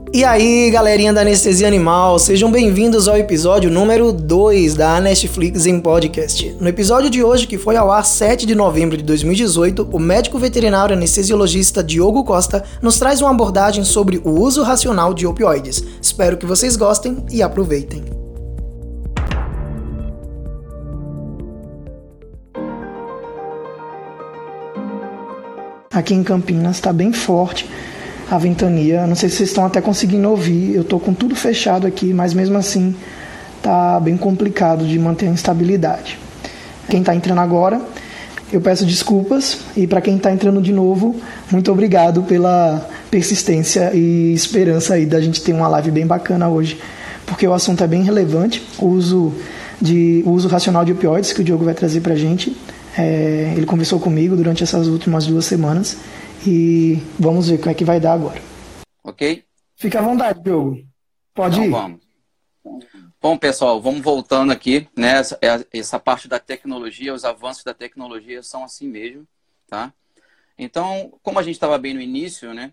E aí, galerinha da Anestesia Animal, sejam bem-vindos ao episódio número 2 da Netflix em Podcast. No episódio de hoje, que foi ao ar 7 de novembro de 2018, o médico veterinário anestesiologista Diogo Costa nos traz uma abordagem sobre o uso racional de opioides. Espero que vocês gostem e aproveitem. Aqui em Campinas está bem forte a ventania, não sei se vocês estão até conseguindo ouvir, eu estou com tudo fechado aqui, mas mesmo assim está bem complicado de manter a estabilidade. Quem está entrando agora, eu peço desculpas, e para quem está entrando de novo, muito obrigado pela persistência e esperança aí da gente ter uma live bem bacana hoje, porque o assunto é bem relevante, o uso racional de opioides que o Diogo vai trazer para a gente. Ele conversou comigo durante essas últimas 2 semanas e vamos ver como é que vai dar agora. Ok? Fica à vontade, Diogo. Pode ir. Vamos. Bom, pessoal, vamos voltando aqui, né? Essa parte da tecnologia, os avanços da tecnologia são assim mesmo, tá? Então, como a gente estava bem no início, né?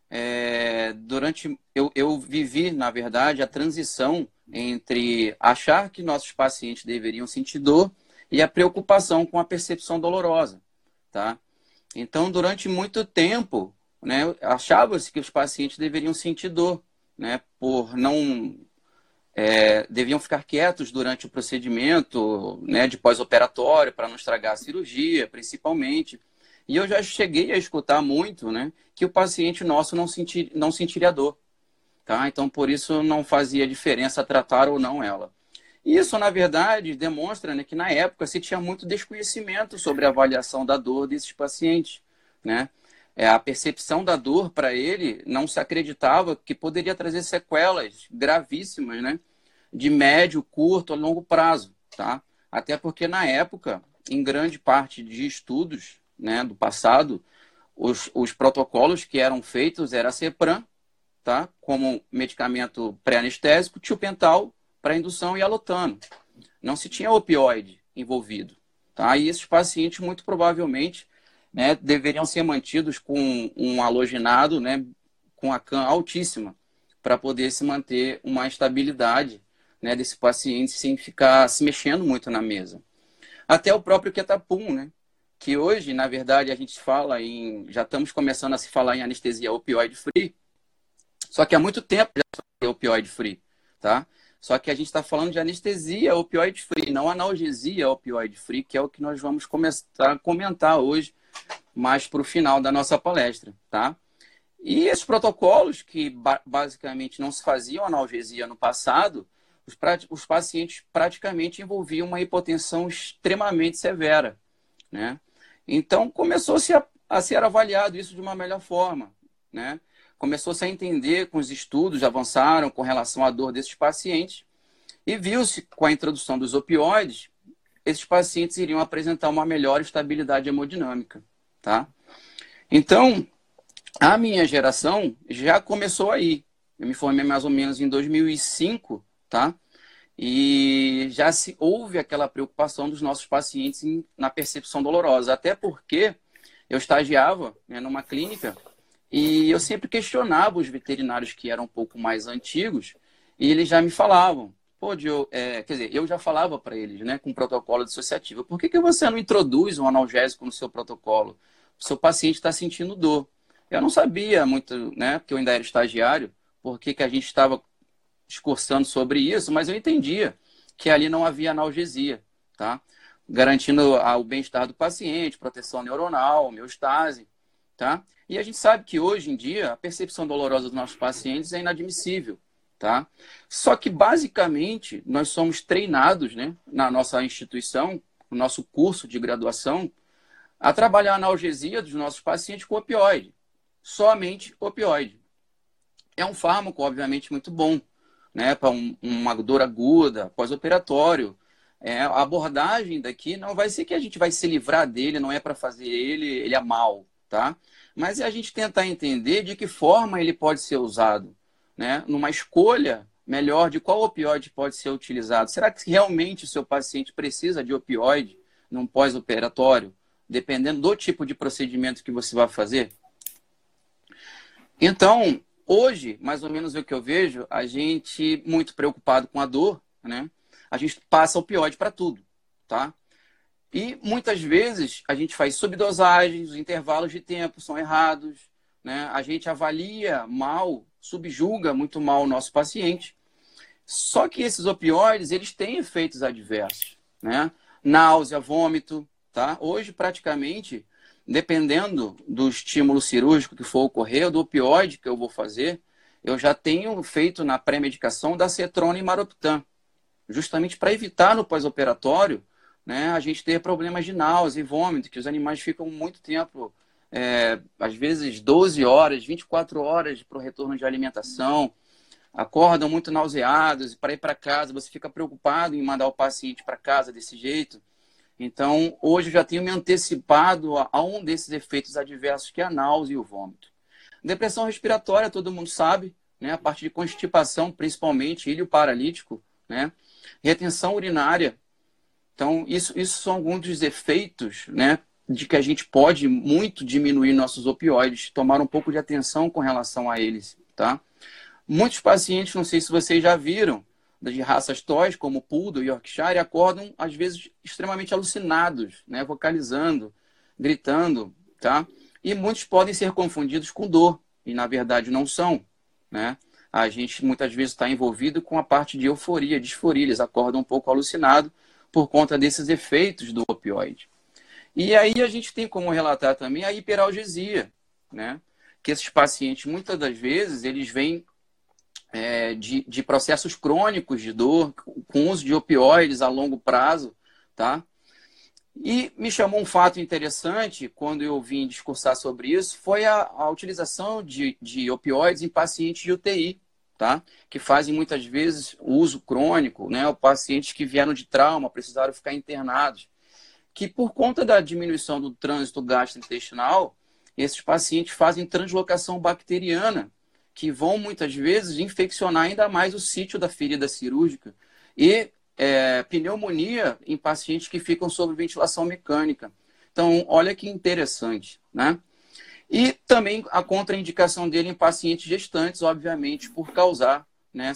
Eu vivi, na verdade, a transição entre achar que nossos pacientes deveriam sentir dor e a preocupação com a percepção dolorosa, tá? Então, durante muito tempo, né, achava-se que os pacientes deveriam sentir dor, né, deviam ficar quietos durante o procedimento, né, de pós-operatório, para não estragar a cirurgia, principalmente. E eu já cheguei a escutar muito, né, que o paciente nosso não sentiria dor, tá? Então, por isso, não fazia diferença tratar ou não ela. Isso, na verdade, demonstra, né, que na época se tinha muito desconhecimento sobre a avaliação da dor desses pacientes, né? A percepção da dor para ele não se acreditava que poderia trazer sequelas gravíssimas, né, de médio, curto ou longo prazo, tá? Até porque na época, em grande parte de estudos, né, do passado, os protocolos que eram feitos era Cepram, tá? Como medicamento pré-anestésico, tiopental para indução e alotano. Não se tinha opioide envolvido, tá? E esses pacientes, muito provavelmente, né, deveriam ser mantidos com um halogenado, né, com a CAM altíssima, para poder se manter uma estabilidade, né, desse paciente sem ficar se mexendo muito na mesa. Até o próprio Ketapum, né, que hoje, na verdade, a gente já estamos começando a se falar em anestesia opioide-free, só que há muito tempo já é opioide-free, tá? Só que a gente está falando de anestesia opioide-free, não analgesia opioide-free, que é o que nós vamos começar a comentar hoje, mais para o final da nossa palestra, tá? E esses protocolos, que basicamente não se faziam analgesia no passado, os pacientes praticamente envolviam uma hipotensão extremamente severa, né? Então, começou-se a ser avaliado isso de uma melhor forma, né? Começou-se a entender, com os estudos avançaram com relação à dor desses pacientes, e viu-se, com a introdução dos opioides, esses pacientes iriam apresentar uma melhor estabilidade hemodinâmica, tá? Então, a minha geração já começou aí. Eu me formei mais ou menos em 2005, tá? E já houve aquela preocupação dos nossos pacientes na percepção dolorosa, até porque eu estagiava, né, numa clínica. E eu sempre questionava os veterinários que eram um pouco mais antigos, e eles já me falavam, eu já falava para eles, né, com protocolo dissociativo, por que você não introduz um analgésico no seu protocolo? O seu paciente está sentindo dor. Eu não sabia muito, né, porque eu ainda era estagiário, por que a gente estava discursando sobre isso, mas eu entendia que ali não havia analgesia, tá? Garantindo o bem-estar do paciente, proteção neuronal, homeostase, tá? E a gente sabe que hoje em dia a percepção dolorosa dos nossos pacientes é inadmissível, tá? Só que basicamente nós somos treinados, né, na nossa instituição, no nosso curso de graduação, a trabalhar a analgesia dos nossos pacientes com opioide, somente opioide. É um fármaco, obviamente, muito bom, né, para uma dor aguda, pós-operatório. A abordagem daqui não vai ser que a gente vai se livrar dele, não é para fazer ele é mal, tá? Mas é a gente tentar entender de que forma ele pode ser usado, né? Numa escolha melhor de qual opioide pode ser utilizado. Será que realmente o seu paciente precisa de opioide num pós-operatório, dependendo do tipo de procedimento que você vai fazer? Então, hoje, mais ou menos o que eu vejo, a gente muito preocupado com a dor, né? A gente passa opioide para tudo, tá? E muitas vezes a gente faz subdosagens, os intervalos de tempo são errados, né? A gente avalia mal, subjuga muito mal o nosso paciente. Só que esses opioides, eles têm efeitos adversos, né? Náusea, vômito, tá? Hoje, praticamente, dependendo do estímulo cirúrgico que for ocorrer, ou do opioide que eu vou fazer, eu já tenho feito na pré-medicação da cetrona e maroptan, justamente para evitar no pós-operatório, né, a gente ter problemas de náusea e vômito, que os animais ficam muito tempo, às vezes 12 horas, 24 horas para o retorno de alimentação, acordam muito nauseados, e para ir para casa você fica preocupado em mandar o paciente para casa desse jeito. Então, hoje eu já tenho me antecipado a um desses efeitos adversos, que é a náusea e o vômito. Depressão respiratória, todo mundo sabe, né? A parte de constipação, principalmente, ilho paralítico, né? Retenção urinária. Então, isso são alguns dos efeitos, né, de que a gente pode muito diminuir nossos opioides, tomar um pouco de atenção com relação a eles, tá? Muitos pacientes, não sei se vocês já viram, de raças toys, como Poodle e Yorkshire, acordam, às vezes, extremamente alucinados, né? Vocalizando, gritando, tá? E muitos podem ser confundidos com dor, e na verdade não são, né? A gente muitas vezes está envolvido com a parte de euforia, disforia, eles acordam um pouco alucinados por conta desses efeitos do opioide. E aí a gente tem como relatar também a hiperalgesia, né? Que esses pacientes, muitas das vezes, eles vêm de processos crônicos de dor, com uso de opioides a longo prazo, tá? E me chamou um fato interessante, quando eu vim discursar sobre isso, foi a utilização de opioides em pacientes de UTI, tá? Que fazem muitas vezes uso crônico, né? Pacientes que vieram de trauma, precisaram ficar internados, que por conta da diminuição do trânsito gastrointestinal, esses pacientes fazem translocação bacteriana, que vão muitas vezes infeccionar ainda mais o sítio da ferida cirúrgica, e pneumonia em pacientes que ficam sob ventilação mecânica. Então, olha que interessante, né? E também a contraindicação dele em pacientes gestantes, obviamente, por causar, né,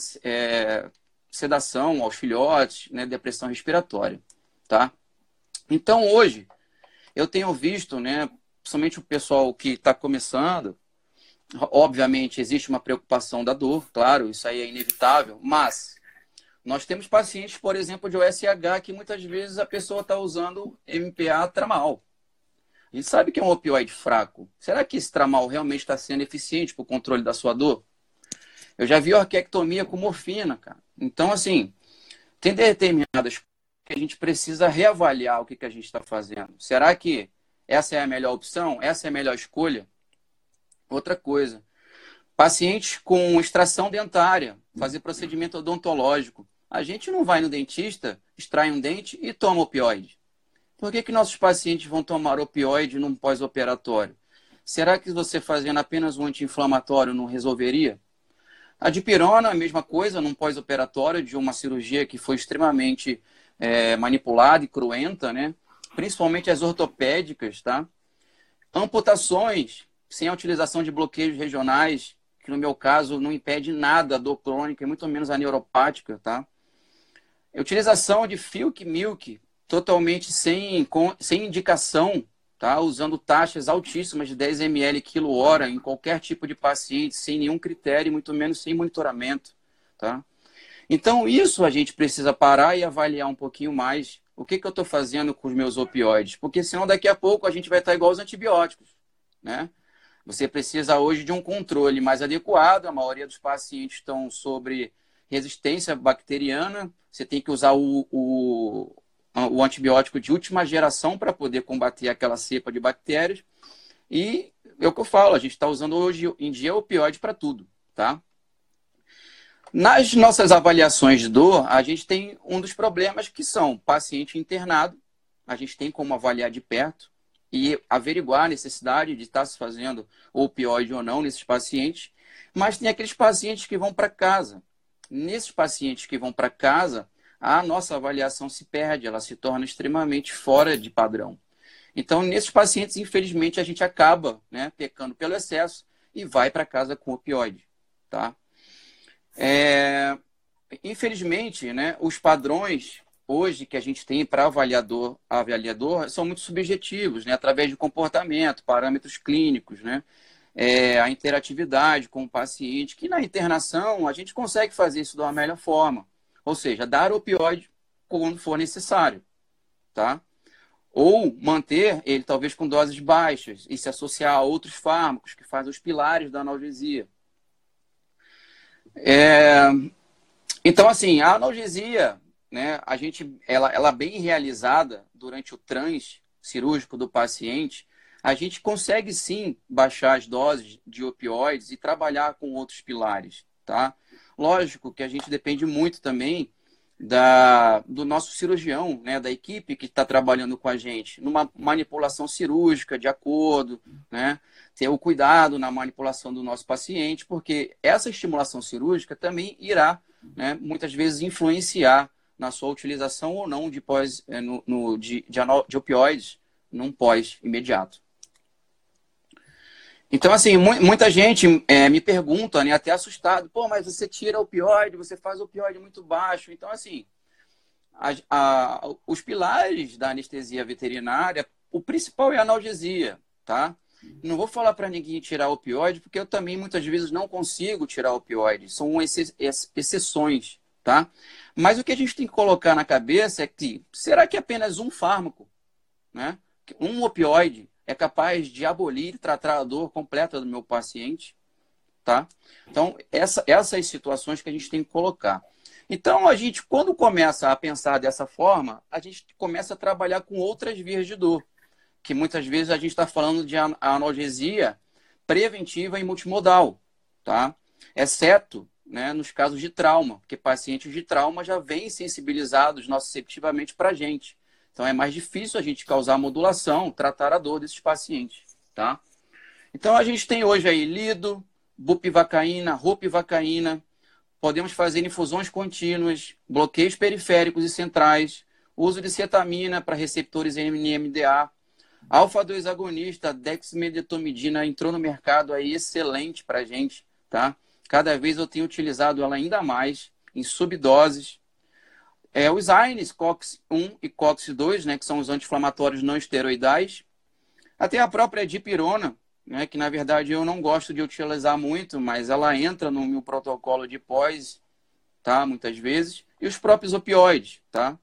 sedação aos filhotes, né, depressão respiratória, tá? Então, hoje, eu tenho visto, né, principalmente o pessoal que está começando, obviamente, existe uma preocupação da dor, claro, isso aí é inevitável, mas nós temos pacientes, por exemplo, de OSH, que muitas vezes a pessoa está usando MPA tramal. A gente sabe que é um opioide fraco. Será que esse tramal realmente está sendo eficiente para o controle da sua dor? Eu já vi orquiectomia com morfina, cara. Então, assim, tem determinadas coisas que a gente precisa reavaliar o que a gente está fazendo. Será que essa é a melhor opção? Essa é a melhor escolha? Outra coisa, pacientes com extração dentária, fazer procedimento odontológico. A gente não vai no dentista, extrai um dente e toma opioide. Por que nossos pacientes vão tomar opioide num pós-operatório? Será que você fazendo apenas um anti-inflamatório não resolveria? A dipirona, a mesma coisa, num pós-operatório de uma cirurgia que foi extremamente manipulada e cruenta, né? Principalmente as ortopédicas, tá? Amputações sem a utilização de bloqueios regionais, que no meu caso não impede nada a dor crônica, e muito menos a neuropática, tá? A utilização de Filk Milk, totalmente sem indicação, tá? Usando taxas altíssimas de 10 ml quilo-hora em qualquer tipo de paciente, sem nenhum critério, muito menos sem monitoramento, tá? Então, isso a gente precisa parar e avaliar um pouquinho mais o que eu estou fazendo com os meus opioides, porque senão daqui a pouco a gente vai estar igual aos antibióticos, né? Você precisa hoje de um controle mais adequado, a maioria dos pacientes estão sobre resistência bacteriana, você tem que usar o antibiótico de última geração para poder combater aquela cepa de bactérias. E é o que eu falo, a gente está usando hoje em dia opioide para tudo, tá? Nas nossas avaliações de dor, a gente tem um dos problemas que são paciente internado, a gente tem como avaliar de perto e averiguar a necessidade de estar se fazendo opioide ou não nesses pacientes, mas tem aqueles pacientes que vão para casa. Nesses pacientes que vão para casa, a nossa avaliação se perde, ela se torna extremamente fora de padrão. Então, nesses pacientes, infelizmente, a gente acaba, né, pecando pelo excesso e vai para casa com opioide, tá? Infelizmente, né, os padrões hoje que a gente tem para avaliador são muito subjetivos, né, através de comportamento, parâmetros clínicos, né, a interatividade com o paciente, que na internação a gente consegue fazer isso de uma melhor forma, ou seja, dar opioide quando for necessário, tá? Ou manter ele talvez com doses baixas e se associar a outros fármacos que fazem os pilares da analgesia. Então, assim, a analgesia, né, ela bem realizada durante o trans cirúrgico do paciente, a gente consegue sim baixar as doses de opioides e trabalhar com outros pilares, tá? Lógico que a gente depende muito também do nosso cirurgião, né, da equipe que está trabalhando com a gente, numa manipulação cirúrgica de acordo, né, ter o cuidado na manipulação do nosso paciente, porque essa estimulação cirúrgica também irá, né, muitas vezes influenciar na sua utilização ou não de opioides num pós imediato. Então, assim, muita gente me pergunta, né, até assustado, pô, mas você tira opioide, você faz opioide muito baixo. Então, assim, os pilares da anestesia veterinária, o principal é a analgesia, tá? Não vou falar para ninguém tirar opioide, porque eu também muitas vezes não consigo tirar opioide. São exceções, tá? Mas o que a gente tem que colocar na cabeça é que, será que apenas um fármaco, né, um opioide, é capaz de abolir e tratar a dor completa do meu paciente, tá? Então, essas situações que a gente tem que colocar. Então, a gente, quando começa a pensar dessa forma, a gente começa a trabalhar com outras vias de dor, que muitas vezes a gente está falando de analgesia preventiva e multimodal, tá? Exceto, né, nos casos de trauma, porque pacientes de trauma já vêm sensibilizados nociceptivamente para a gente. Então, é mais difícil a gente causar modulação, tratar a dor desses pacientes, tá? Então, a gente tem hoje aí lido, bupivacaína, ropivacaína, podemos fazer infusões contínuas, bloqueios periféricos e centrais, uso de cetamina para receptores NMDA, alfa-2 agonista, dexmedetomidina, entrou no mercado aí excelente para a gente, tá? Cada vez eu tenho utilizado ela ainda mais, em subdoses. Os AINES, COX-1 e COX-2, né, que são os anti-inflamatórios não esteroidais. Até a própria dipirona, né, que na verdade eu não gosto de utilizar muito, mas ela entra no meu protocolo de pós, tá, muitas vezes. E os próprios opioides, tá?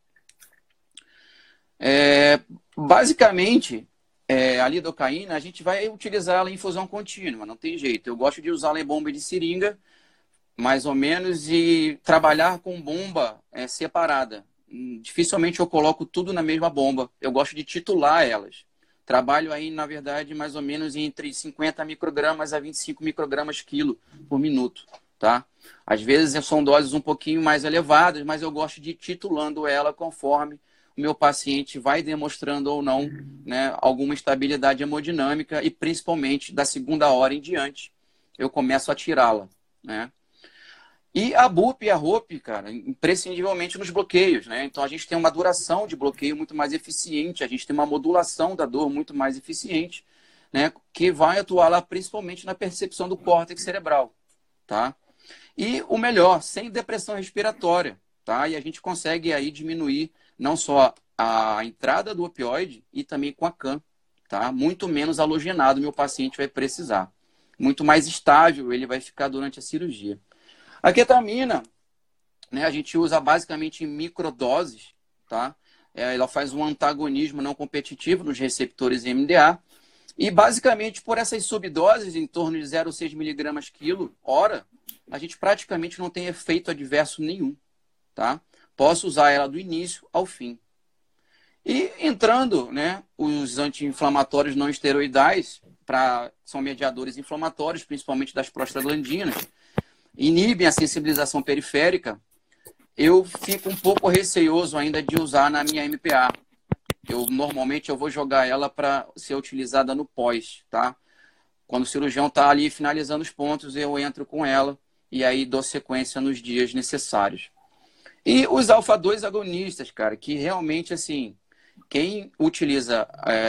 Basicamente, a lidocaína, a gente vai utilizar ela em infusão contínua, não tem jeito. Eu gosto de usá-la em bomba de seringa, mais ou menos, e trabalhar com bomba separada. Dificilmente eu coloco tudo na mesma bomba. Eu gosto de titular elas. Trabalho aí, na verdade, mais ou menos entre 50 microgramas a 25 microgramas quilo por minuto, tá? Às vezes são doses um pouquinho mais elevadas, mas eu gosto de ir titulando ela conforme o meu paciente vai demonstrando ou não, né, alguma estabilidade hemodinâmica e principalmente da segunda hora em diante eu começo a tirá-la, né? E a BUP e a ROP, cara, imprescindivelmente nos bloqueios, né? Então a gente tem uma duração de bloqueio muito mais eficiente, a gente tem uma modulação da dor muito mais eficiente, né? Que vai atuar lá principalmente na percepção do córtex cerebral, tá? E o melhor, sem depressão respiratória, tá? E a gente consegue aí diminuir não só a entrada do opioide e também com a CAM, tá? Muito menos halogenado meu paciente vai precisar. Muito mais estável ele vai ficar durante a cirurgia. A ketamina, né, a gente usa basicamente em microdoses, tá? Ela faz um antagonismo não competitivo nos receptores MDA e basicamente por essas subdoses em torno de 0,6 miligramas quilo hora, a gente praticamente não tem efeito adverso nenhum, tá? Posso usar ela do início ao fim. E entrando, né, os anti-inflamatórios não esteroidais, são mediadores inflamatórios, principalmente das prostaglandinas, inibem a sensibilização periférica, eu fico um pouco receoso ainda de usar na minha MPA. Normalmente eu vou jogar ela para ser utilizada no pós, tá? Quando o cirurgião está ali finalizando os pontos, eu entro com ela e aí dou sequência nos dias necessários. E os alfa-2 agonistas, cara, que realmente, assim, quem utiliza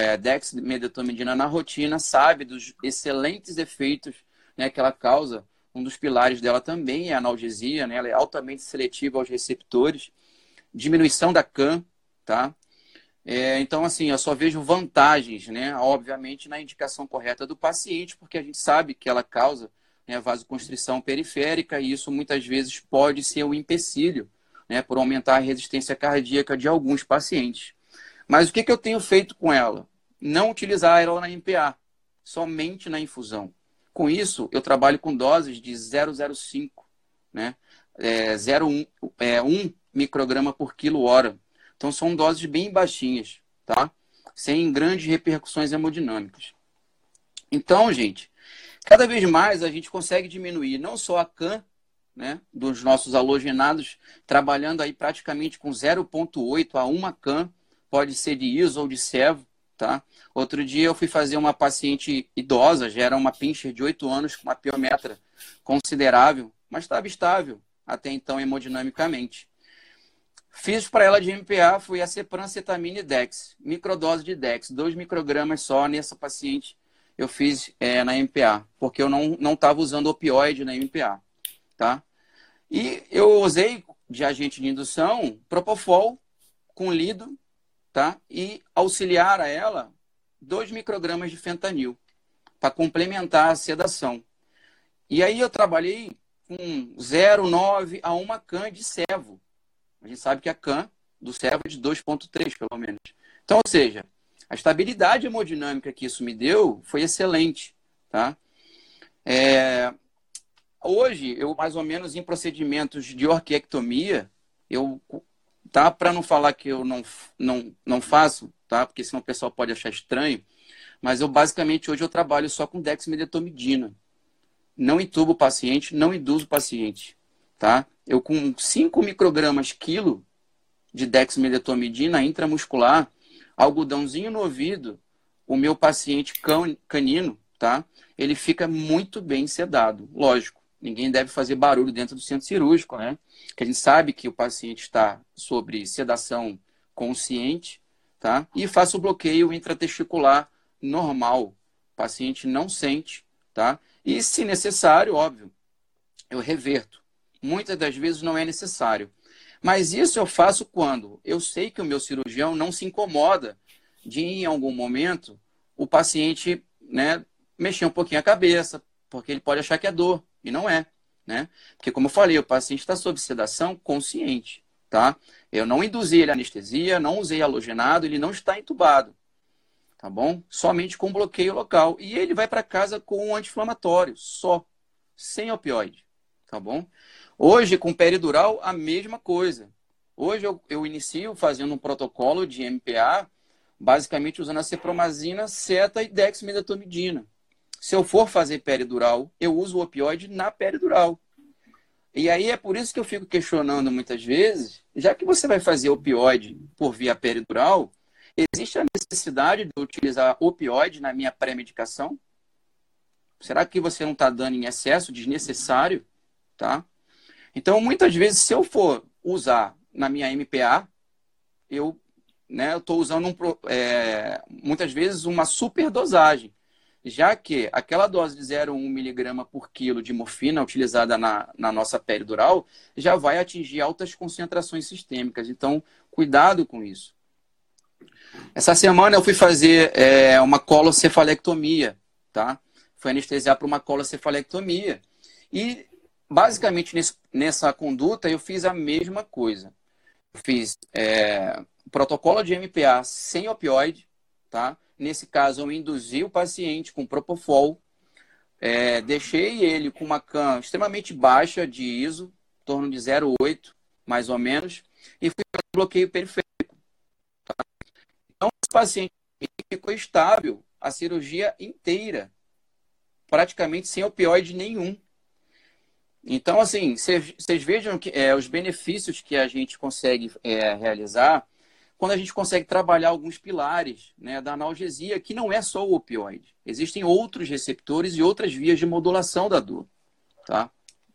dexmedetomidina na rotina sabe dos excelentes efeitos, né, que ela causa Um dos pilares dela também é a analgesia, né? Ela é altamente seletiva aos receptores, diminuição da CAM, tá? Então, assim, eu só vejo vantagens, né? Obviamente, na indicação correta do paciente, porque a gente sabe que ela causa, né, vasoconstrição periférica e isso muitas vezes pode ser um empecilho, né, por aumentar a resistência cardíaca de alguns pacientes. Mas o que eu tenho feito com ela? Não utilizar ela na MPA, somente na infusão. Com isso, eu trabalho com doses de 0,05, né? 1 micrograma por quilo hora. Então, são doses bem baixinhas, tá? Sem grandes repercussões hemodinâmicas. Então, gente, cada vez mais a gente consegue diminuir não só a CAM, né, dos nossos halogenados, trabalhando aí praticamente com 0,8 a 1 CAM, pode ser de ISO ou de SEVO, tá? Outro dia eu fui fazer uma paciente idosa, já era uma pincher de 8 anos, com uma piometra considerável, mas estava estável até então hemodinamicamente. Fiz para ela de MPA, foi a cepracetamina e Dex, microdose de Dex, 2 microgramas só nessa paciente eu fiz na MPA, porque eu não estava usando opioide na MPA, tá? E eu usei de agente de indução Propofol com lido, tá? E auxiliar a ela 2 microgramas de fentanil para complementar a sedação. E aí eu trabalhei com 0,9 a 1 CAM de SEVO. A gente sabe que a CAM do SEVO é de 2,3, pelo menos. Então, ou seja, a estabilidade hemodinâmica que isso me deu foi excelente, tá? Hoje, eu mais ou menos em procedimentos de orquiectomia, tá? Para não falar que eu não faço, tá? Porque senão o pessoal pode achar estranho, mas eu basicamente hoje eu trabalho só com dexmedetomidina. Não intubo o paciente, não induzo o paciente, tá? Eu com 5 microgramas quilo de dexmedetomidina intramuscular, algodãozinho no ouvido, o meu paciente canino, tá? Ele fica muito bem sedado. Lógico, ninguém deve fazer barulho dentro do centro cirúrgico, né? Porque a gente sabe que o paciente está sobre sedação consciente, tá? E faço o bloqueio intratesticular normal. O paciente não sente, tá? E, se necessário, óbvio, eu reverto. Muitas das vezes não é necessário. Mas isso eu faço quando eu sei que o meu cirurgião não se incomoda de, em algum momento, o paciente, né, mexer um pouquinho a cabeça, porque ele pode achar que é dor, e não é, né? Porque, como eu falei, o paciente está sob sedação consciente, tá? Eu não induzi ele a anestesia, não usei halogenado, ele não está entubado, tá bom? Somente com bloqueio local. E ele vai para casa com um anti-inflamatório, só, sem opioide, tá bom? Hoje, com peridural, a mesma coisa. Hoje eu inicio fazendo um protocolo de MPA, basicamente usando a cepromazina, seta e dexmedetomidina. Se eu for fazer peridural, eu uso o opioide na peridural. E aí é por isso que eu fico questionando muitas vezes, já que você vai fazer opioide por via peridural, existe a necessidade de utilizar opioide na minha pré-medicação? Será que você não está dando em excesso, desnecessário? Tá? Então, muitas vezes, se eu for usar na minha MPA, eu estou usando muitas vezes uma superdosagem, já que aquela dose de 0,1 miligrama por quilo de morfina utilizada na nossa peridural já vai atingir altas concentrações sistêmicas. Então, cuidado com isso. Essa semana eu fui fazer uma colocefalectomia, tá? Fui anestesiar para uma colocefalectomia. E, basicamente, nessa conduta, eu fiz a mesma coisa. Eu fiz protocolo de MPA sem opioide, tá? Nesse caso, eu induzi o paciente com Propofol, deixei ele com uma CAM extremamente baixa de ISO, em torno de 0,8, mais ou menos, e fui fazer bloqueio periférico. Tá? Então, o paciente ficou estável a cirurgia inteira, praticamente sem opioide nenhum. Então, assim, vocês vejam que, os benefícios que a gente consegue realizar quando a gente consegue trabalhar alguns pilares, né, da analgesia, que não é só o opioide. Existem outros receptores e outras vias de modulação da dor. Tá?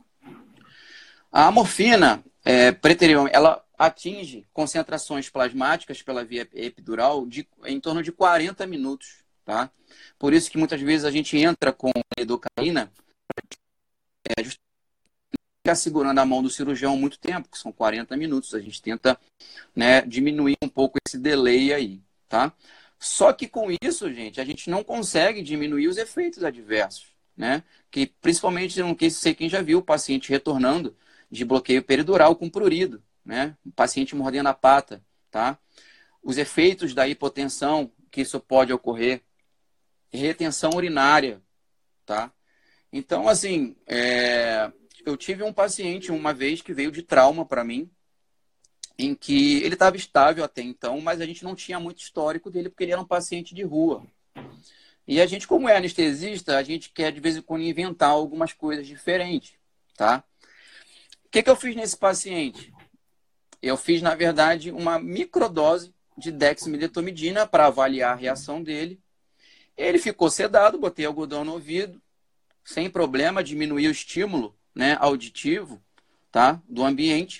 A morfina, preterium, ela atinge concentrações plasmáticas pela via epidural em torno de 40 minutos. Tá? Por isso que muitas vezes a gente entra com lidocaína ficar segurando a mão do cirurgião muito tempo, que são 40 minutos. A gente tenta, né, diminuir um pouco esse delay aí, tá? Só que com isso, gente, a gente não consegue diminuir os efeitos adversos, né? Que principalmente, eu não sei quem já viu o paciente retornando de bloqueio peridural com prurido, né? O paciente mordendo a pata, tá? Os efeitos da hipotensão, que isso pode ocorrer, retenção urinária, tá? Então, assim, eu tive um paciente uma vez que veio de trauma para mim, em que ele estava estável até então, mas a gente não tinha muito histórico dele, porque ele era um paciente de rua. E a gente, como é anestesista, a gente quer de vez em quando inventar algumas coisas diferentes, tá? O que eu fiz nesse paciente? Eu fiz, na verdade, uma microdose de dexmedetomidina para avaliar a reação dele. Ele ficou sedado, botei algodão no ouvido, sem problema, diminuí o estímulo, né, auditivo, tá, do ambiente.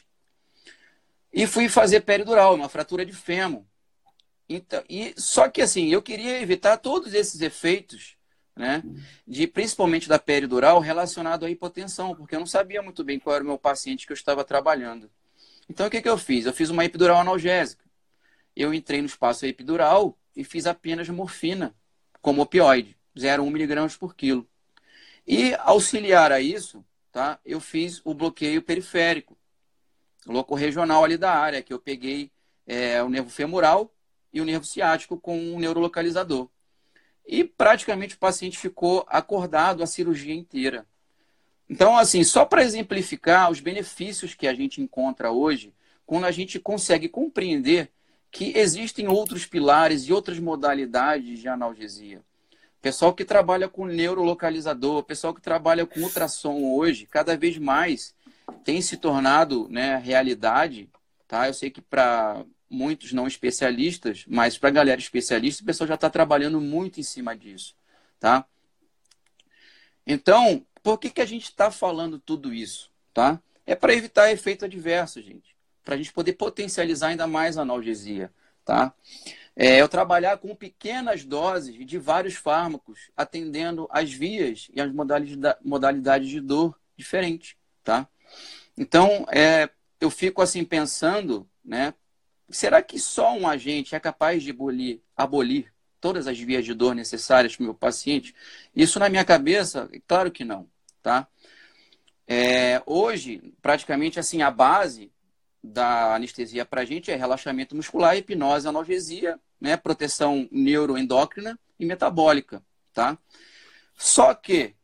E fui fazer peridural, uma fratura de fêmur. Então, só que assim, eu queria evitar todos esses efeitos, né, principalmente da peridural relacionado à hipotensão, porque eu não sabia muito bem qual era o meu paciente que eu estava trabalhando. Então, o que eu fiz? Eu fiz uma epidural analgésica. Eu entrei no espaço epidural e fiz apenas morfina como opioide, 0,1 miligramas por quilo. E auxiliar a isso, tá, eu fiz o bloqueio periférico, locorregional ali da área, que eu peguei o nervo femoral e o nervo ciático com um neurolocalizador. E praticamente o paciente ficou acordado a cirurgia inteira. Então, assim, só para exemplificar os benefícios que a gente encontra hoje, quando a gente consegue compreender que existem outros pilares e outras modalidades de analgesia. Pessoal que trabalha com neurolocalizador, pessoal que trabalha com ultrassom hoje, cada vez mais tem se tornado, né, realidade, tá? Eu sei que para muitos não especialistas, mas para a galera especialista, o pessoal já está trabalhando muito em cima disso, tá? Então, por que a gente está falando tudo isso, tá? É para evitar efeito adverso, gente. Para a gente poder potencializar ainda mais a analgesia, tá? Eu trabalhar com pequenas doses de vários fármacos, atendendo as vias e as modalidades de dor diferentes, tá? Então, eu fico assim pensando, né? Será que só um agente é capaz de abolir todas as vias de dor necessárias para o meu paciente? Isso na minha cabeça, claro que não, tá? Hoje, praticamente assim, a base da anestesia para a gente é relaxamento muscular, hipnose, analgesia, né? Proteção neuroendócrina e metabólica, tá? Só que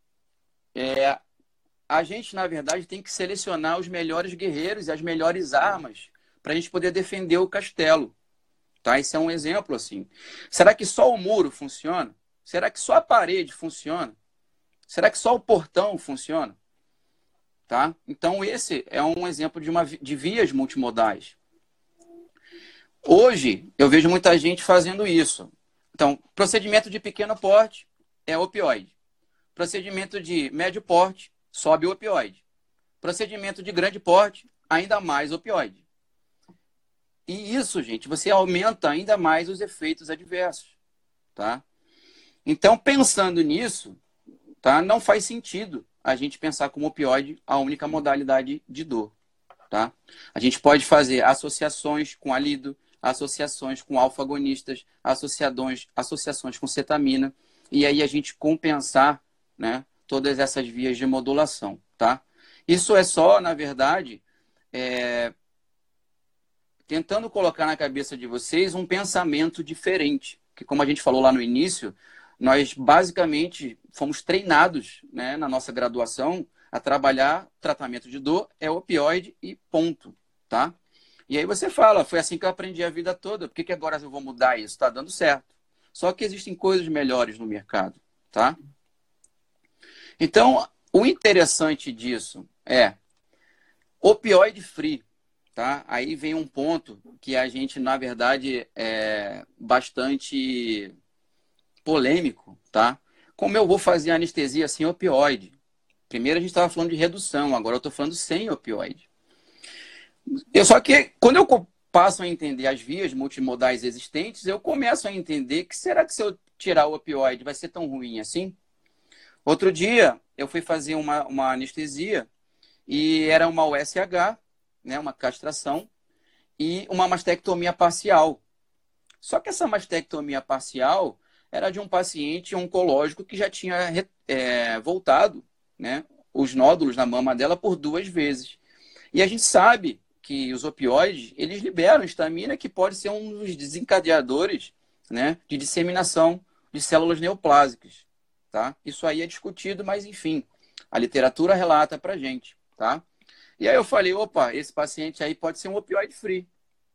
a gente, na verdade, tem que selecionar os melhores guerreiros e as melhores armas para a gente poder defender o castelo, tá? Esse é um exemplo, assim. Será que só o muro funciona? Será que só a parede funciona? Será que só o portão funciona? Tá? Então, esse é um exemplo de vias multimodais. Hoje, eu vejo muita gente fazendo isso. Então, procedimento de pequeno porte é opioide. Procedimento de médio porte, sobe o opioide. Procedimento de grande porte, ainda mais opioide. E isso, gente, você aumenta ainda mais os efeitos adversos, tá? Então, pensando nisso, tá, não faz sentido a gente pensar como opioide a única modalidade de dor, tá? A gente pode fazer associações com alido, associações com alfa-agonistas, associações com cetamina, e aí a gente compensar, né, todas essas vias de modulação, tá? Isso é só, na verdade, tentando colocar na cabeça de vocês um pensamento diferente, que como a gente falou lá no início, nós basicamente fomos treinados, né, na nossa graduação a trabalhar tratamento de dor, opioide e ponto, tá? E aí você fala, foi assim que eu aprendi a vida toda, por que agora eu vou mudar isso? Está dando certo. Só que existem coisas melhores no mercado, tá? Então, o interessante disso é opioide free, tá? Aí vem um ponto que a gente, na verdade, é bastante polêmico, tá? Como eu vou fazer anestesia sem opioide? Primeiro a gente estava falando de redução, agora eu estou falando sem opioide. Só que quando eu passo a entender as vias multimodais existentes, eu começo a entender que será que se eu tirar o opioide vai ser tão ruim assim? Outro dia, eu fui fazer uma anestesia e era uma USH, né, uma castração, e uma mastectomia parcial. Só que essa mastectomia parcial era de um paciente oncológico que já tinha voltado, né, os nódulos na mama dela por 2 vezes. E a gente sabe que os opioides, eles liberam histamina, que pode ser um dos desencadeadores, né, de disseminação de células neoplásicas. Tá? Isso aí é discutido, mas enfim, a literatura relata pra gente. Tá? E aí eu falei, opa, esse paciente aí pode ser um opioide free.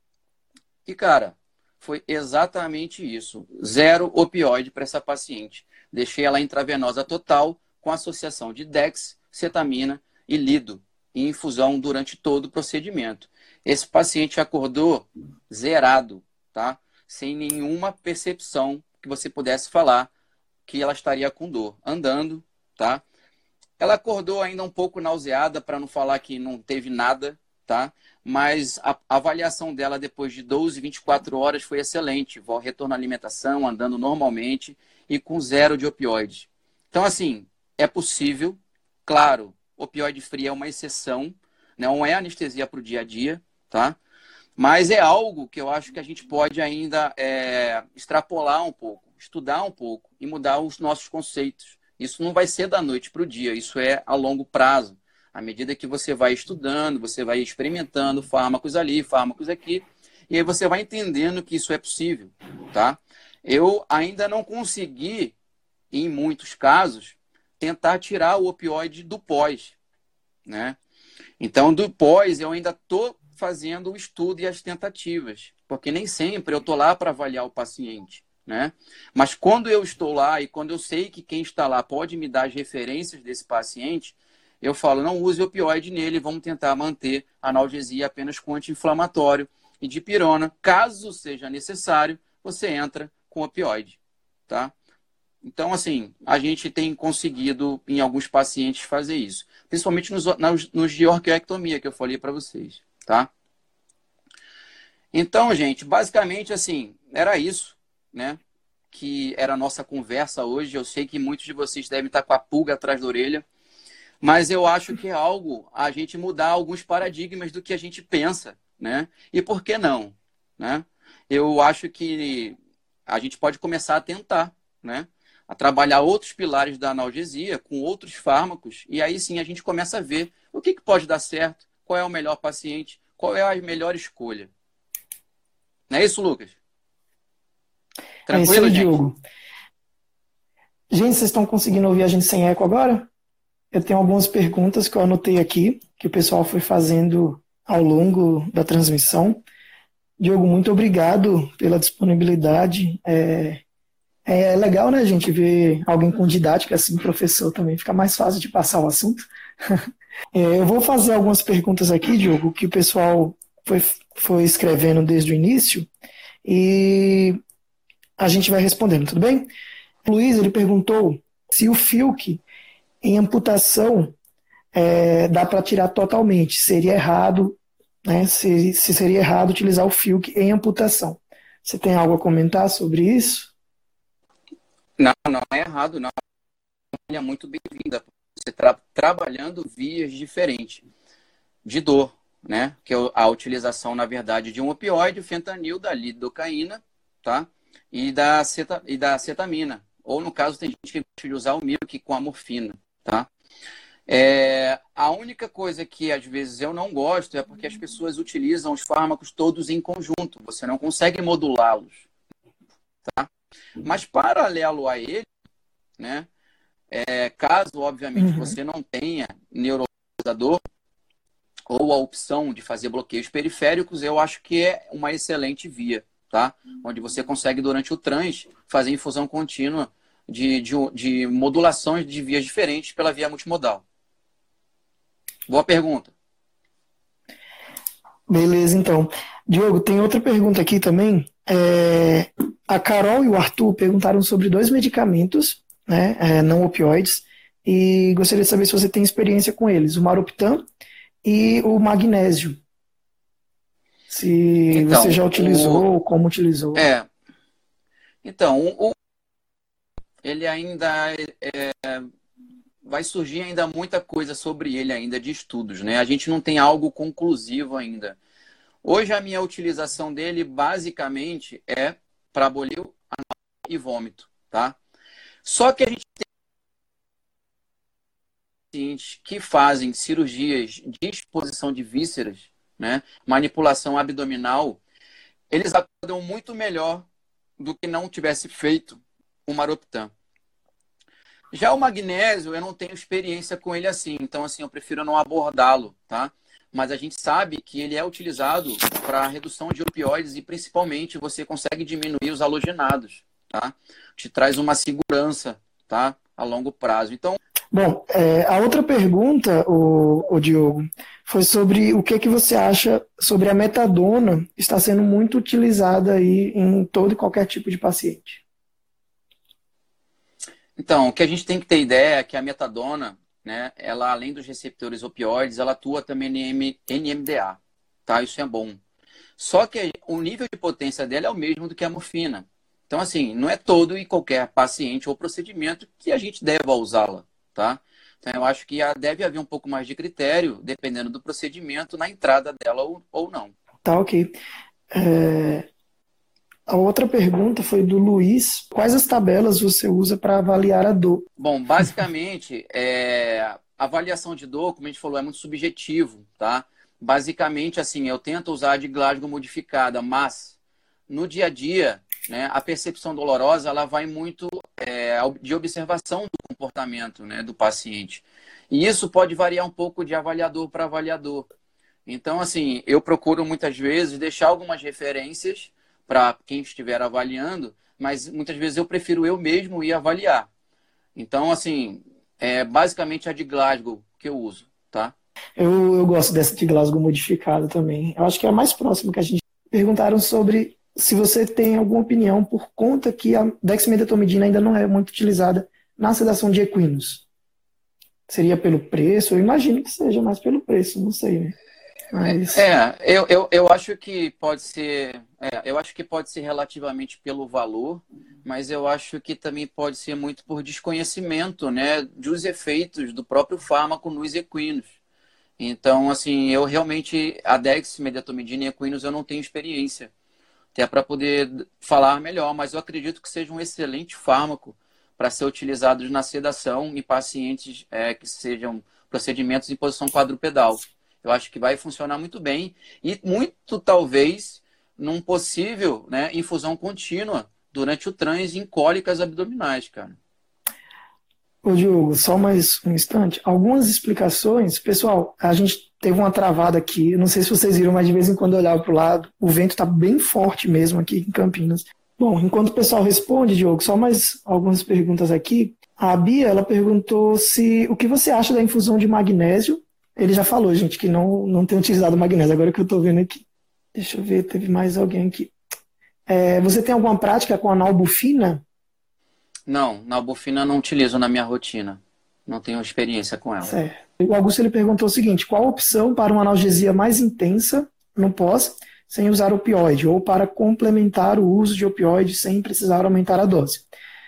E, cara, foi exatamente isso. 0 opioide para essa paciente. Deixei ela intravenosa total com associação de Dex, cetamina e lido em infusão durante todo o procedimento. Esse paciente acordou zerado, tá? Sem nenhuma percepção que você pudesse falar que ela estaria com dor, andando, tá? Ela acordou ainda um pouco nauseada, para não falar que não teve nada, tá? Mas a avaliação dela depois de 12, 24 horas foi excelente. Retorno à alimentação, andando normalmente e com 0 de opioides. Então, assim, é possível. Claro, opioide free é uma exceção, não é anestesia para o dia a dia, tá? Mas é algo que eu acho que a gente pode ainda extrapolar um pouco, estudar um pouco e mudar os nossos conceitos. Isso não vai ser da noite para o dia, isso é a longo prazo. À medida que você vai estudando, você vai experimentando fármacos ali, fármacos aqui, e aí você vai entendendo que isso é possível, tá? Eu ainda não consegui, em muitos casos, tentar tirar o opioide do pós, né? Então, do pós, eu ainda estou fazendo o estudo e as tentativas, porque nem sempre eu estou lá para avaliar o paciente, né? Mas quando eu estou lá e quando eu sei que quem está lá pode me dar as referências desse paciente, eu falo, não use opioide nele, vamos tentar manter a analgesia apenas com anti-inflamatório e dipirona. Caso seja necessário, você entra com opioide, tá? Então, assim, a gente tem conseguido, em alguns pacientes, fazer isso. Principalmente nos de orquioectomia, que eu falei para vocês, tá? Então, gente, basicamente, assim, era isso, né? Que era a nossa conversa hoje. Eu sei que muitos de vocês devem estar com a pulga atrás da orelha, mas eu acho que é algo a gente mudar alguns paradigmas do que a gente pensa, né? E por que não, né? Eu acho que a gente pode começar a tentar, né? A trabalhar outros pilares da analgesia com outros fármacos, e aí sim a gente começa a ver o que pode dar certo, qual é o melhor paciente, qual é a melhor escolha. Não é isso, Lucas? É isso Tranquilo, aí, gente? Diogo. Gente, vocês estão conseguindo ouvir a gente sem eco agora? Eu tenho algumas perguntas que eu anotei aqui, que o pessoal foi fazendo ao longo da transmissão. Diogo, muito obrigado pela disponibilidade. É legal, né, gente, ver alguém com didática assim, professor também, fica mais fácil de passar o assunto. Eu vou fazer algumas perguntas aqui, Diogo, que o pessoal foi escrevendo desde o início e a gente vai respondendo, tudo bem? O Luiz, ele perguntou se o FILC em amputação dá para tirar totalmente, seria errado, né, se seria errado utilizar o FILC em amputação. Você tem algo a comentar sobre isso? Não, não é errado, não. É muito bem-vinda. Você trabalhando vias diferentes de dor, né? Que é a utilização, na verdade, de um opioide, o fentanil, da lidocaína, tá? E da cetamina. Ou, no caso, tem gente que gosta de usar o Milk com a morfina, tá? A única coisa que, às vezes, eu não gosto é porque as pessoas utilizam os fármacos todos em conjunto. Você não consegue modulá-los, tá? Mas, paralelo a ele, né? Caso, obviamente, você não tenha neuromodulador ou a opção de fazer bloqueios periféricos, eu acho que é uma excelente via, tá? Onde você consegue, durante o trans, fazer infusão contínua de modulações de vias diferentes pela via multimodal. Boa pergunta. Beleza, então. Diogo, tem outra pergunta aqui também. A Carol e o Arthur perguntaram sobre 2 medicamentos, né, não opioides, e gostaria de saber se você tem experiência com eles, o Maroptan e o magnésio. Se Então, você já utilizou, como utilizou. Então, ele ainda vai surgir ainda muita coisa sobre ele ainda de estudos, né? A gente não tem algo conclusivo ainda. Hoje a minha utilização dele basicamente é para bolio e vômito, tá? Só que a gente tem pacientes que fazem cirurgias de exposição de vísceras, né? Manipulação abdominal, eles acordam muito melhor do que não tivesse feito o Maroptan. Já o magnésio, eu não tenho experiência com ele assim, então assim, eu prefiro não abordá-lo, tá? Mas a gente sabe que ele é utilizado para redução de opioides e principalmente você consegue diminuir os halogenados, tá? Te traz uma segurança, tá? A longo prazo. Então, Bom, a outra pergunta, o Diogo, foi sobre o que você acha sobre a metadona está sendo muito utilizada aí em todo e qualquer tipo de paciente. Então, o que a gente tem que ter ideia é que a metadona, né, ela além dos receptores opioides, ela atua também em NMDA, tá? Isso é bom. Só que o nível de potência dela é o mesmo do que a morfina. Então, assim, não é todo e qualquer paciente ou procedimento que a gente deva usá-la, tá? Então, eu acho que deve haver um pouco mais de critério, dependendo do procedimento, na entrada dela ou não. Tá, ok. A outra pergunta foi do Luiz. Quais as tabelas você usa para avaliar a dor? Bom, basicamente, a avaliação de dor, como a gente falou, é muito subjetivo, tá? Basicamente, assim, eu tento usar a de Glasgow modificada, mas no dia a dia, né, a percepção dolorosa, ela vai muito de observação do comportamento, né, do paciente. E isso pode variar um pouco de avaliador para avaliador. Então, assim, eu procuro muitas vezes deixar algumas referências para quem estiver avaliando, mas muitas vezes eu prefiro eu mesmo ir avaliar. Então, assim, é basicamente a de Glasgow que eu uso, tá? Eu gosto dessa de Glasgow modificada também. Eu acho que é a mais próxima que a gente perguntaram sobre se você tem alguma opinião por conta que a dexmedetomidina ainda não é muito utilizada na sedação de equinos. Seria pelo preço? Eu imagino que seja mais pelo preço, não sei, né? Mas Eu acho que pode ser, eu acho que pode ser relativamente pelo valor, mas eu acho que também pode ser muito por desconhecimento, né, dos efeitos do próprio fármaco nos equinos. Então, assim, eu realmente, a dexmedetomidina e equinos eu não tenho experiência, até para poder falar melhor, mas eu acredito que seja um excelente fármaco para ser utilizado na sedação em pacientes que sejam procedimentos em posição quadrupedal. Eu acho que vai funcionar muito bem e muito talvez num possível, né, infusão contínua durante o transe em cólicas abdominais, cara. ô Diogo, só mais um instante. Algumas explicações. Pessoal, a gente teve uma travada aqui. Eu não sei se vocês viram, mas de vez em quando eu olhava para o lado. O vento está bem forte mesmo aqui em Campinas. Bom, enquanto o pessoal responde, Diogo, só mais algumas perguntas aqui. A Bia, ela perguntou o que você acha da infusão de magnésio. Ele já falou, gente, que não tem utilizado magnésio. Agora que eu estou vendo aqui. Deixa eu ver, teve mais alguém aqui. Você tem alguma prática com analbufina? Não, na albufina eu não utilizo na minha rotina. Não tenho experiência com ela. Certo. O Augusto ele perguntou o seguinte: qual a opção para uma analgesia mais intensa no pós, sem usar opioide, ou para complementar o uso de opioide sem precisar aumentar a dose?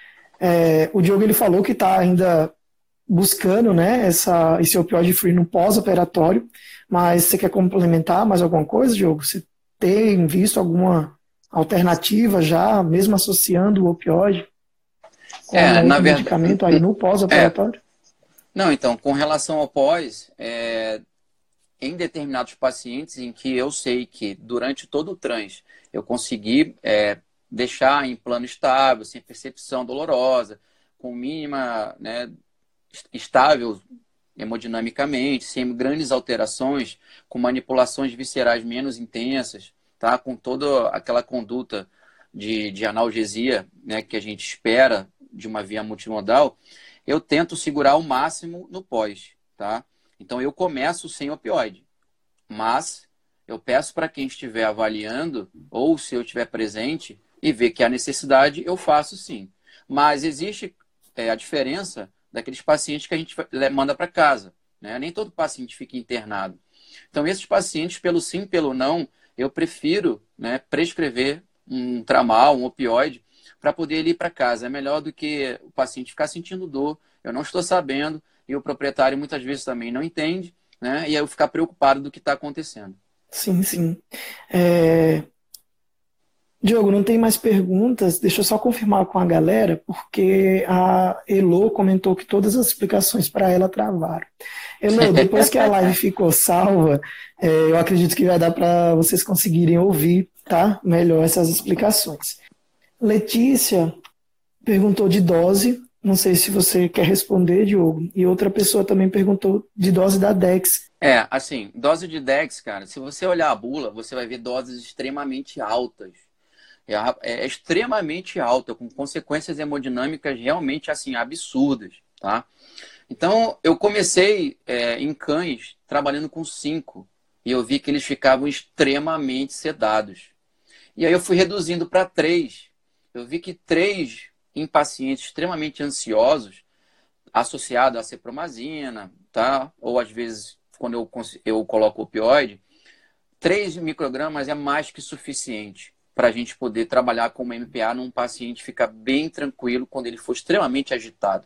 O Diogo ele falou que está ainda buscando, né, esse opioide free no pós-operatório, mas você quer complementar mais alguma coisa, Diogo? Você tem visto alguma alternativa já, mesmo associando o opioide com Na outro verdade, medicamento aí no pós-operatório? não, então, com relação ao pós, em determinados pacientes em que eu sei que durante todo o trans eu consegui deixar em plano estável, sem percepção dolorosa, com mínima, né, estável hemodinamicamente, sem grandes alterações, com manipulações viscerais menos intensas, tá? Com toda aquela conduta de analgesia, né, que a gente espera de uma via multimodal, eu tento segurar o máximo no pós, tá? Então eu começo sem opioide, mas eu peço para quem estiver avaliando, ou se eu estiver presente e ver que há necessidade, eu faço sim. Mas existe a diferença daqueles pacientes que a gente manda para casa, né? Nem todo paciente fica internado. Então, esses pacientes, pelo sim, pelo não, eu prefiro, né, prescrever um tramal, um opioide, para poder ele ir para casa. É melhor do que o paciente ficar sentindo dor, eu não estou sabendo, e o proprietário muitas vezes também não entende, né? E aí eu ficar preocupado do que está acontecendo. Sim, sim. É, Diogo, não tem mais perguntas. Deixa eu só confirmar com a galera, porque a Elo comentou que todas as explicações para ela travaram. Elo, depois que a live ficou salva, eu acredito que vai dar para vocês conseguirem ouvir, tá? Melhor essas explicações. Letícia perguntou de dose. Não sei se você quer responder, Diogo. E outra pessoa também perguntou de dose da Dex. Assim, dose de Dex, cara, se você olhar a bula, você vai ver doses extremamente altas. É extremamente alta, com consequências hemodinâmicas realmente, assim, absurdas, tá? Então, eu comecei em cães trabalhando com 5 e eu vi que eles ficavam extremamente sedados. E aí eu fui reduzindo para 3. Eu vi que 3 em pacientes extremamente ansiosos, associado à cepromazina, tá? Ou às vezes, quando eu coloco opioide, 3 microgramas é mais que suficiente para a gente poder trabalhar com uma MPA num paciente ficar bem tranquilo quando ele for extremamente agitado.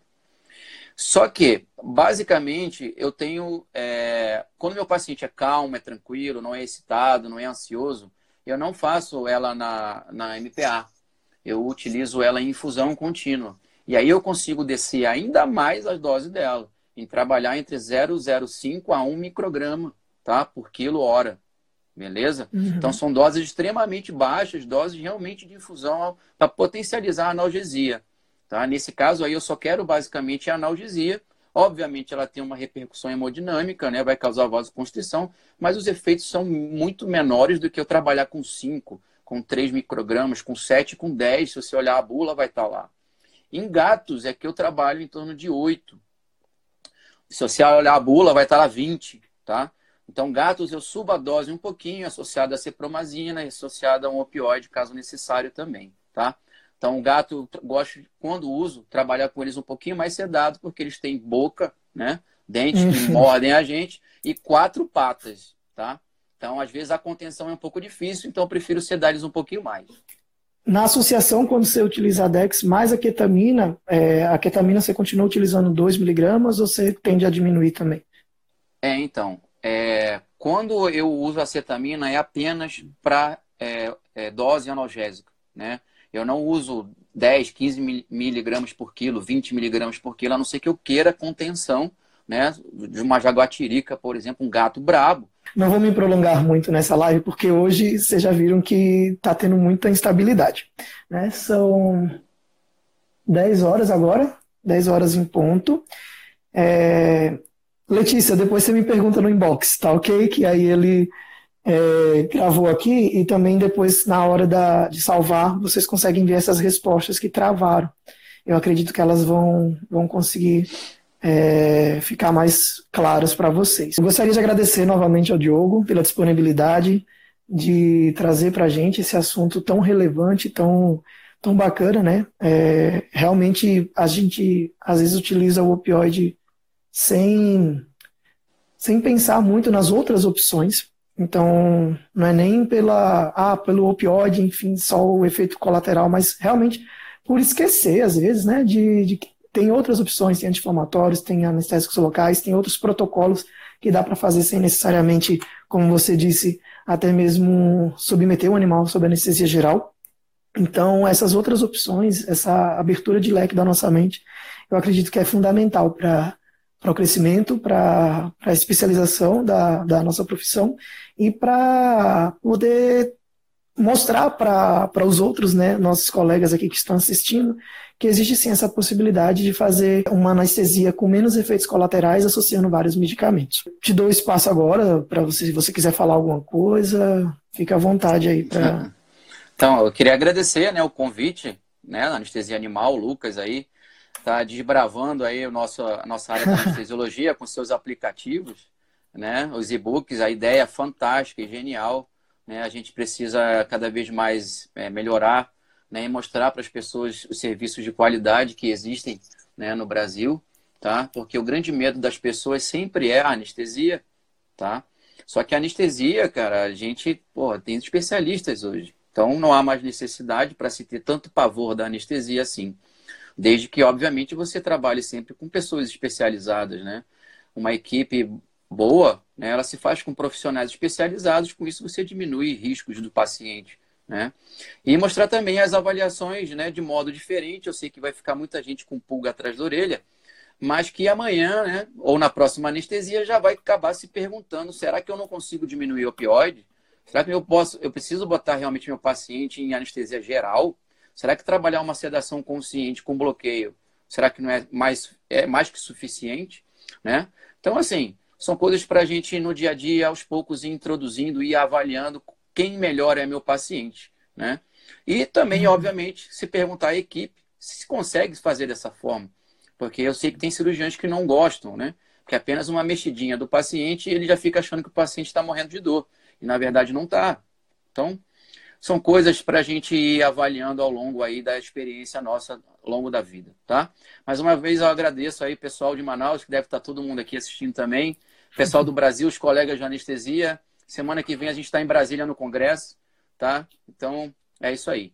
Só que, basicamente, eu tenho... quando meu paciente é calmo, é tranquilo, não é excitado, não é ansioso, eu não faço ela na MPA. Eu utilizo ela em infusão contínua. E aí eu consigo descer ainda mais as doses dela, em trabalhar entre 0,05 a 1 micrograma, tá? Por quilo hora. Beleza? Então Uhum. são doses extremamente baixas, doses realmente de infusão para potencializar a analgesia. Tá? Nesse caso aí eu só quero basicamente a analgesia. Obviamente ela tem uma repercussão hemodinâmica, né? Vai causar vasoconstrição, mas os efeitos são muito menores do que eu trabalhar com 5, com 3 microgramas, com 7, com 10. Se você olhar a bula, vai estar lá. Em gatos é que eu trabalho em torno de 8. Se você olhar a bula, vai estar lá 20, tá? Então, gatos, eu subo a dose um pouquinho, associada a cepromazina e associada a um opioide, caso necessário também, tá? Então, o gato, gosto, quando uso, trabalhar com eles um pouquinho mais sedado, porque eles têm boca, né? Dentes que Uhum. mordem a gente e 4 patas, tá? Então, às vezes, a contenção é um pouco difícil, então eu prefiro sedar eles um pouquinho mais. Na associação, quando você utiliza a Dex mais a ketamina você continua utilizando 2 miligramas ou você tende a diminuir também? Então, quando eu uso a cetamina é apenas para dose analgésica, né? Eu não uso 10, 15 miligramas por quilo, 20 miligramas por quilo, a não ser que eu queira contenção, né? De uma jaguatirica, por exemplo, um gato brabo. Não vou me prolongar muito nessa live, porque hoje vocês já viram que está tendo muita instabilidade, né? São 10 horas agora, 10 horas em ponto. Letícia, depois você me pergunta no inbox, tá ok? Que aí ele gravou aqui e também depois, na hora de salvar, vocês conseguem ver essas respostas que travaram. Eu acredito que elas vão conseguir ficar mais claras para vocês. Eu gostaria de agradecer novamente ao Diogo pela disponibilidade de trazer para a gente esse assunto tão relevante, tão bacana, né? Realmente a gente às vezes utiliza o opioide sem pensar muito nas outras opções. Então, não é nem pelo opioide, enfim, só o efeito colateral, mas realmente por esquecer, às vezes, né, de que tem outras opções, tem anti-inflamatórios, tem anestésicos locais, tem outros protocolos que dá para fazer sem necessariamente, como você disse, até mesmo submeter o animal sob anestesia geral. Então, essas outras opções, essa abertura de leque da nossa mente, eu acredito que é fundamental para o crescimento, para a especialização da nossa profissão e para poder mostrar para os outros, né, nossos colegas aqui que estão assistindo, que existe sim essa possibilidade de fazer uma anestesia com menos efeitos colaterais associando vários medicamentos. Te dou espaço agora para você, se você quiser falar alguma coisa, fica à vontade aí para... Então, eu queria agradecer, né, o convite, né, na anestesia animal, o Lucas aí, tá desbravando aí a nossa área da anestesiologia com seus aplicativos, né, os e-books, a ideia é fantástica e genial, né, a gente precisa cada vez mais melhorar, né, e mostrar para as pessoas os serviços de qualidade que existem, né, no Brasil, tá, porque o grande medo das pessoas sempre é a anestesia, tá, só que a anestesia, cara, a gente, tem especialistas hoje, então não há mais necessidade para se ter tanto pavor da anestesia assim. Desde que, obviamente, você trabalhe sempre com pessoas especializadas, né? Uma equipe boa, né, ela se faz com profissionais especializados, com isso você diminui riscos do paciente, né? E mostrar também as avaliações, né, de modo diferente. Eu sei que vai ficar muita gente com pulga atrás da orelha, mas que amanhã, né, ou na próxima anestesia, já vai acabar se perguntando: será que eu não consigo diminuir o opioide? Será que eu preciso botar realmente meu paciente em anestesia geral? Será que trabalhar uma sedação consciente com bloqueio, será que não é mais que suficiente? Né? Então, assim, são coisas para a gente, no dia a dia, aos poucos, ir introduzindo e avaliando quem melhor é meu paciente. Né? E também, obviamente, se perguntar à equipe se consegue fazer dessa forma. Porque eu sei que tem cirurgiões que não gostam, né? Porque apenas uma mexidinha do paciente, ele já fica achando que o paciente está morrendo de dor. E, na verdade, não está. Então, são coisas para a gente ir avaliando ao longo aí da experiência nossa, ao longo da vida, tá? Mais uma vez, eu agradeço aí, pessoal de Manaus, que deve estar todo mundo aqui assistindo também. Pessoal do Brasil, os colegas de anestesia. Semana que vem a gente está em Brasília no Congresso, tá? Então, é isso aí.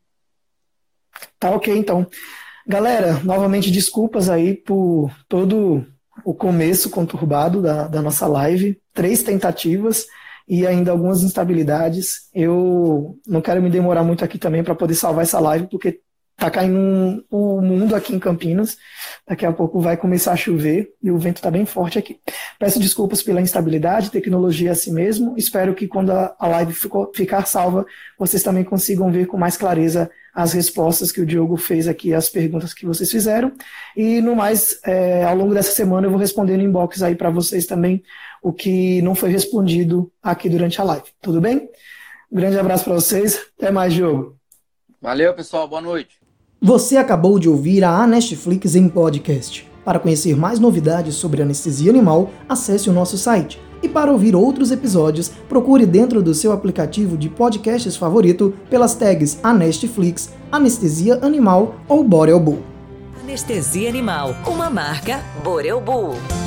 Tá ok, então. Galera, novamente desculpas aí por todo o começo conturbado da nossa live. 3 tentativas e ainda algumas instabilidades. Eu não quero me demorar muito aqui também para poder salvar essa live, porque tá caindo o mundo aqui em Campinas. Daqui a pouco vai começar a chover e o vento está bem forte aqui. Peço desculpas pela instabilidade, tecnologia é assim mesmo. Espero que quando a live ficar salva, vocês também consigam ver com mais clareza as respostas que o Diogo fez aqui, as perguntas que vocês fizeram. E no mais, ao longo dessa semana eu vou responder no inbox aí para vocês também o que não foi respondido aqui durante a live. Tudo bem? Um grande abraço para vocês. Até mais, Diogo. Valeu, pessoal. Boa noite. Você acabou de ouvir a Anestflix em podcast. Para conhecer mais novidades sobre anestesia animal, acesse o nosso site. E para ouvir outros episódios, procure dentro do seu aplicativo de podcasts favorito pelas tags Anestflix, Anestesia Animal ou Boreal Bull. Anestesia Animal, uma marca Boreal Bull.